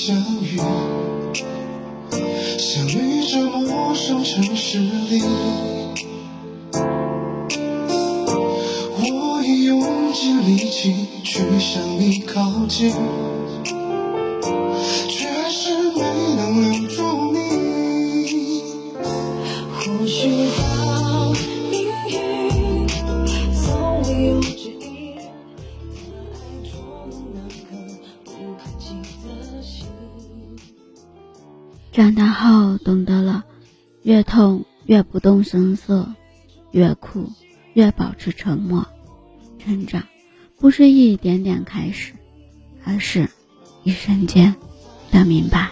相遇，相遇这陌生城市里，我已用尽力气去向你靠近，却是没能留住你。 或许吧，命运从未有指引，它爱捉弄那颗不可及的心。 长大后懂得了，越痛越不动声色，越苦越保持沉默。成长不是一点点开始，而是一瞬间的明白。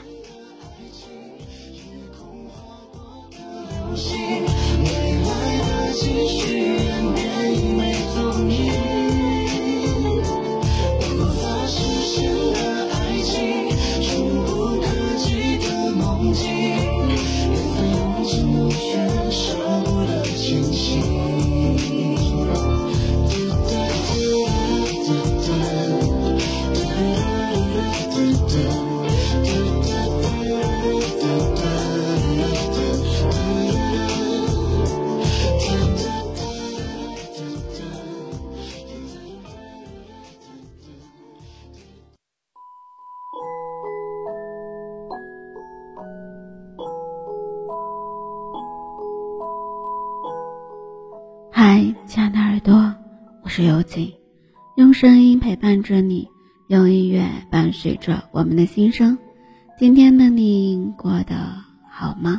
嗨，亲爱的耳朵，我是尤景，用声音陪伴着你，用音乐伴随着我们的心声。今天的你过得好吗？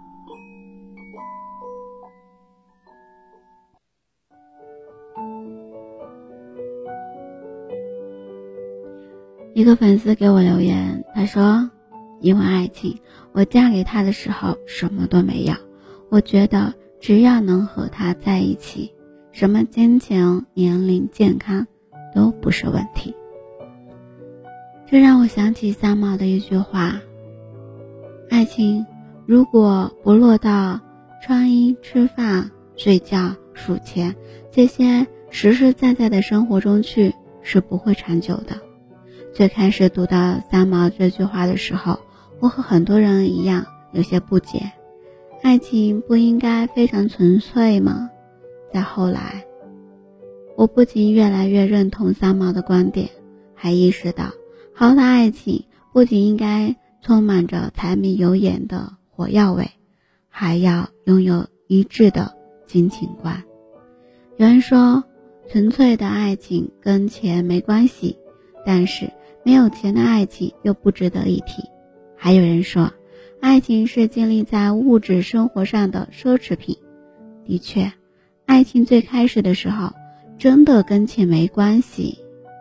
一个粉丝给我留言，他说，因为爱情，我嫁给他的时候什么都没有，我觉得只要能和他在一起，什么金钱、年龄、健康都不是问题。这让我想起三毛的一句话，爱情如果不落到穿衣、吃饭、睡觉、数钱这些实实在在的生活中去，是不会长久的。最开始读到三毛这句话的时候，我和很多人一样有些不解，爱情不应该非常纯粹吗？再后来，我不仅越来越认同三毛的观点，还意识到好的爱情不仅应该充满着柴米油盐的火药味，还要拥有一致的金钱观。有人说，纯粹的爱情跟钱没关系，但是没有钱的爱情又不值得一提。还有人说，爱情是建立在物质生活上的奢侈品。的确，爱情最开始的时候真的跟钱没关系。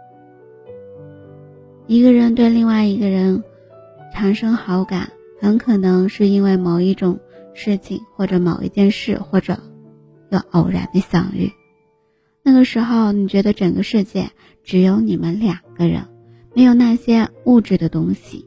一个人对另外一个人产生好感，很可能是因为某一种事情，或者某一件事，或者有偶然的相遇。那个时候你觉得整个世界只有你们两个人，没有那些物质的东西。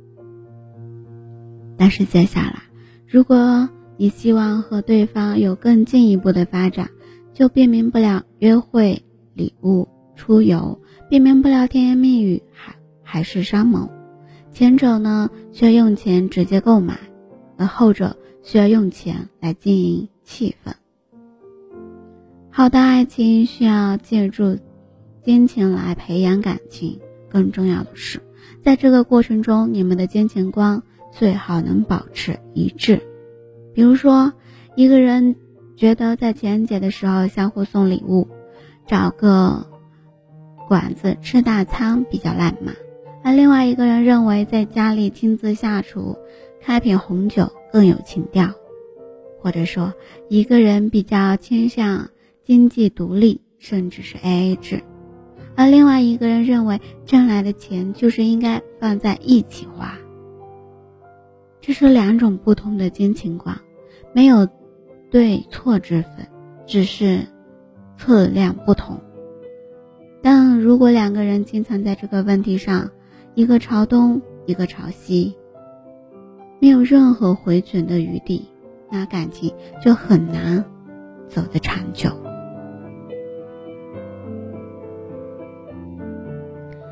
但是接下来，如果你希望和对方有更进一步的发展，就避免不了约会、礼物、出游，避免不了甜言蜜语、海誓山盟。前者呢，需要用钱直接购买，而后者需要用钱来经营气氛。好的爱情需要借助金钱来培养感情，更重要的是，在这个过程中，你们的金钱观最好能保持一致。比如说，一个人觉得在情人节的时候相互送礼物，找个馆子吃大餐比较浪漫，而另外一个人认为在家里亲自下厨开瓶红酒更有情调。或者说，一个人比较倾向经济独立，甚至是 AA 制，而另外一个人认为挣来的钱就是应该放在一起花。这是两种不同的金钱观，没有对错之分，只是测量不同。但如果两个人经常在这个问题上，一个朝东，一个朝西，没有任何回旋的余地，那感情就很难走得长久。爱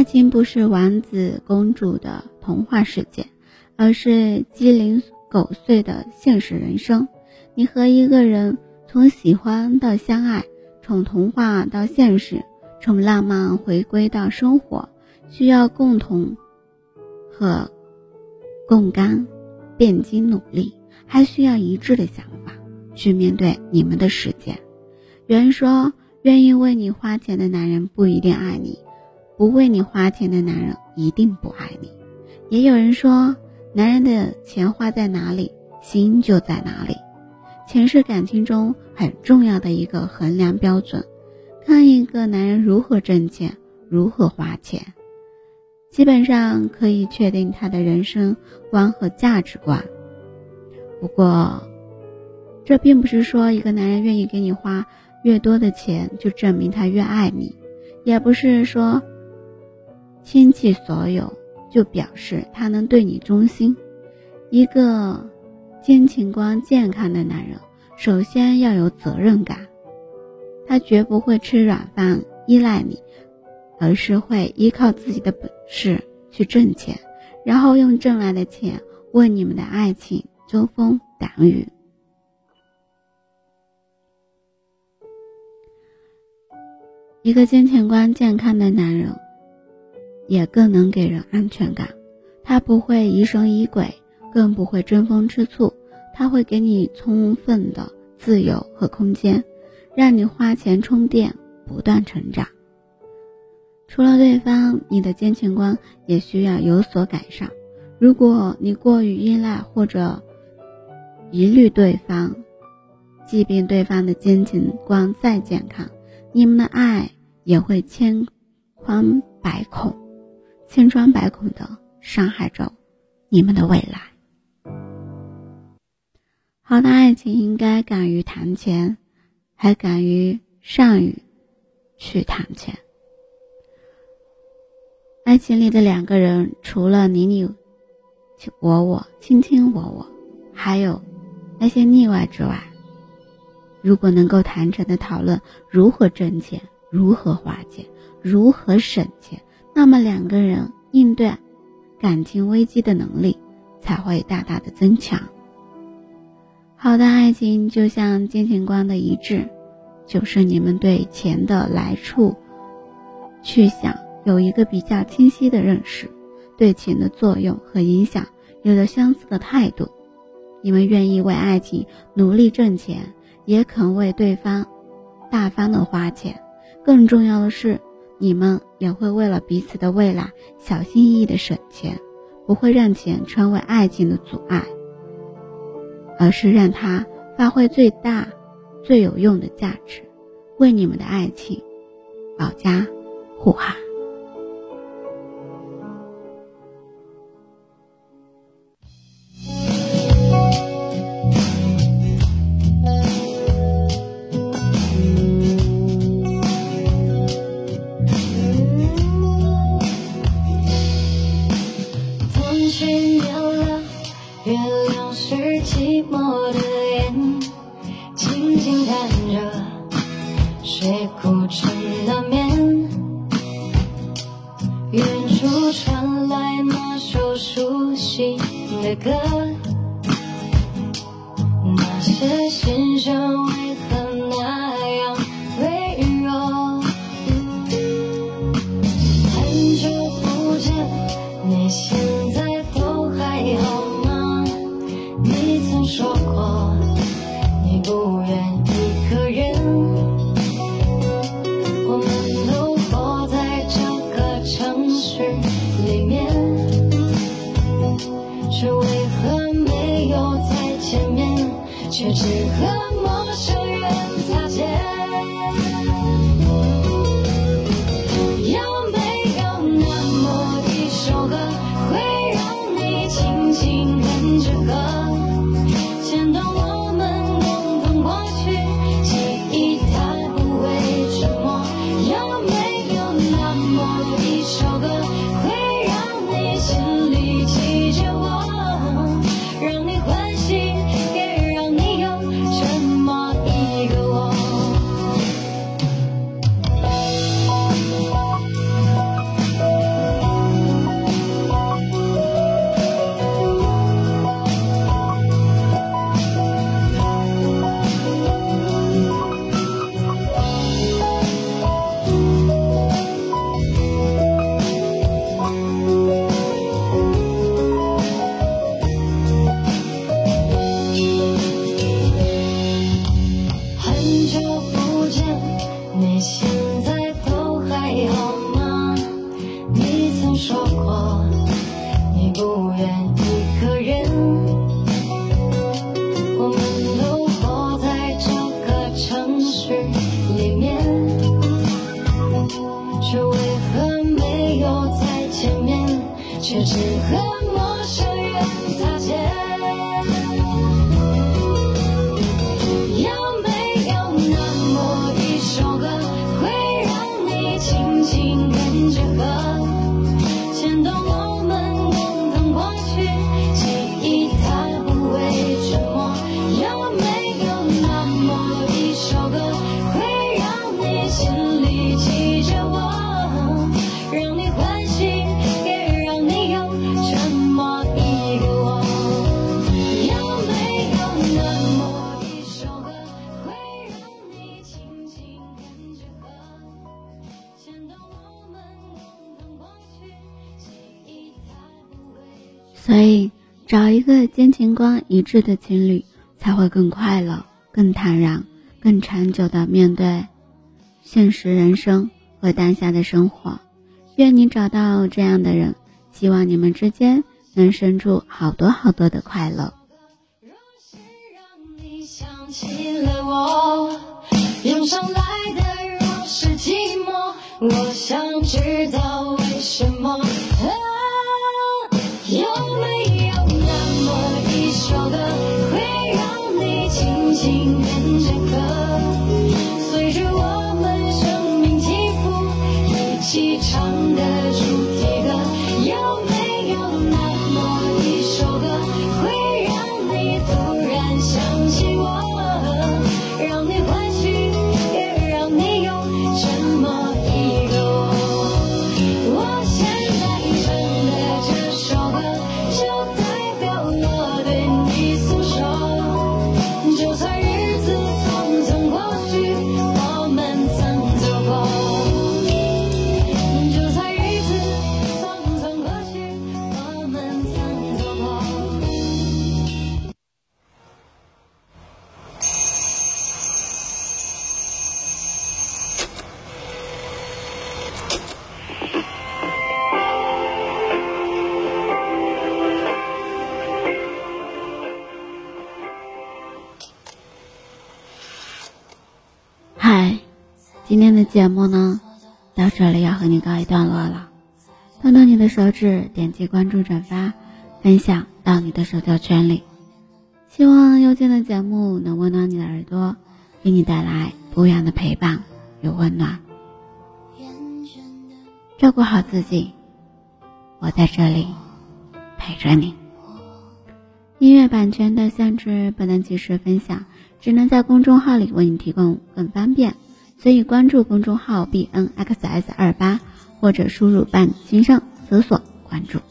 情不是王子公主的童话世界，而是鸡零狗碎的现实人生。你和一个人从喜欢到相爱，从童话到现实，从浪漫回归到生活，需要共同和共甘辩经努力，还需要一致的想法去面对你们的世界。有人说，愿意为你花钱的男人不一定爱你，不为你花钱的男人一定不爱你。也有人说，男人的钱花在哪里，心就在哪里。钱是感情中很重要的一个衡量标准，看一个男人如何挣钱，如何花钱，基本上可以确定他的人生观和价值观。不过，这并不是说一个男人愿意给你花越多的钱就证明他越爱你，也不是说倾其所有就表示他能对你忠心。一个金钱观健康的男人，首先要有责任感，他绝不会吃软饭依赖你，而是会依靠自己的本事去挣钱，然后用挣来的钱为你们的爱情遮风挡雨。一个金钱观健康的男人也更能给人安全感，他不会疑神疑鬼，更不会争风吃醋，他会给你充分的自由和空间，让你花钱充电，不断成长。除了对方，你的金钱观也需要有所改善。如果你过于依赖或者疑虑对方，即便对方的金钱观再健康，你们的爱也会千疮百孔的伤害着你们的未来。好的爱情应该敢于谈钱，还敢于善于去谈钱。爱情里的两个人，除了你你我我卿卿我我，还有那些例外之外，如果能够坦诚地讨论如何挣钱，如何花钱，如何省钱，那么两个人应对感情危机的能力才会大大的增强。好的爱情就像金钱观的一致，就是你们对钱的来处去向有一个比较清晰的认识，对钱的作用和影响有着相似的态度。你们愿意为爱情努力挣钱，也肯为对方大方的花钱，更重要的是，你们也会为了彼此的未来小心翼翼的省钱，不会让钱成为爱情的阻碍，而是让它发挥最大最有用的价值，为你们的爱情保驾护航。 月亮是寂寞的眼，静静看着水枯成了面。远处传来那首熟悉的歌，那些心声为何那样微弱？很久不见，你现在都还好吗？你曾说过你不愿一个人，我们都活在这个城市里面，却为何没有再见面，却只和陌生人擦肩。有没有那么一首歌，会让你轻轻跟着和，牵动我们共同过去，记忆它不会沉默。有没有那么一首歌，会让你心里记着我，让你欢喜，也让你有沉默。 不愿一个人，我们都活在这个城市里面，却为何没有再见面，却只和陌生人擦肩。有没有那么一首歌，会让你轻轻跟着和，牵动我们共同过去，记忆它不会沉默。有没有那么一首歌，会让你心里记着我，让你欢喜也让你忧，这么一个我。有没有那么一首歌，会让你轻轻跟着和，牵动我们共同过去，记忆它不会。 所以找一个金钱观一致的情侣，才会更快乐、更坦然、更长久地面对现实人生和当下的生活。愿你找到这样的人，希望你们之间能生出好多好多的快乐。 若是让你想起了我，涌上来的若是寂寞，我想知道为什么。有没有那么一首歌，会让你轻轻跟着和，随着我们生命起伏，一起唱的主题歌。有没有那么一首歌，会让你突然想起我，让你欢喜也让你忧，这么一个我。我现在唱的这首歌，就代表我对你诉说。就算日子匆匆过去，我们曾走过。就算日子匆匆过去，我们曾走过。 嗨，今天的节目呢，到这里要和你告一段落了。动动你的手指，点击关注、转发、分享到你的社交圈里。希望幽静的节目能温暖你的耳朵，给你带来不一样的陪伴与温暖。照顾好自己，我在这里陪着你。音乐版权的限制不能及时分享，只能在公众号里为你提供更方便，所以关注公众号 BNXS28 或者输入伴新生搜索关注。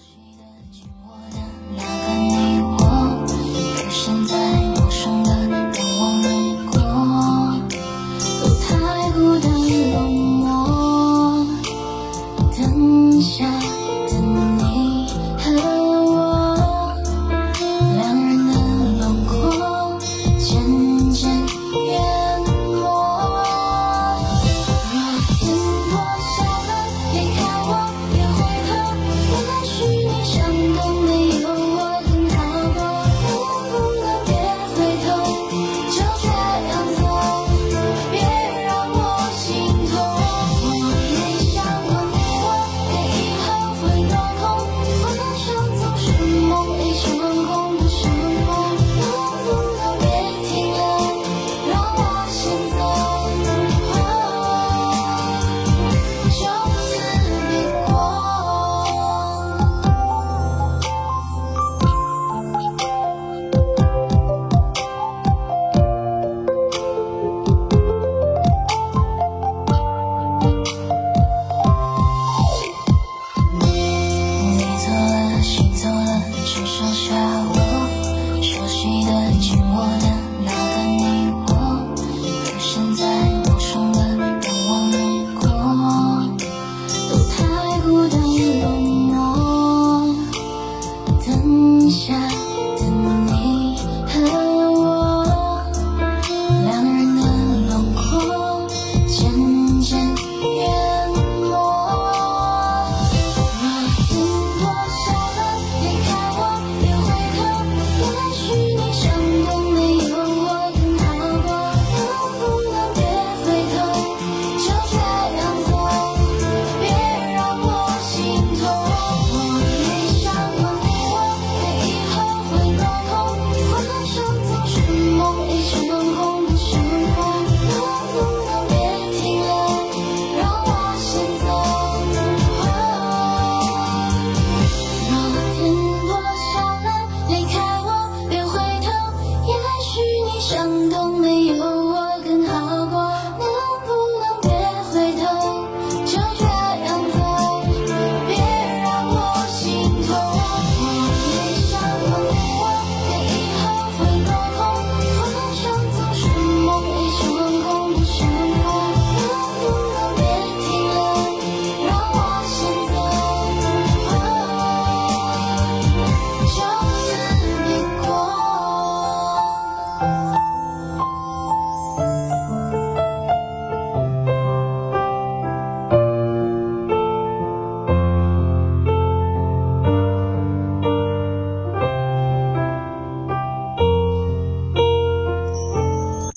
你走了，心走了。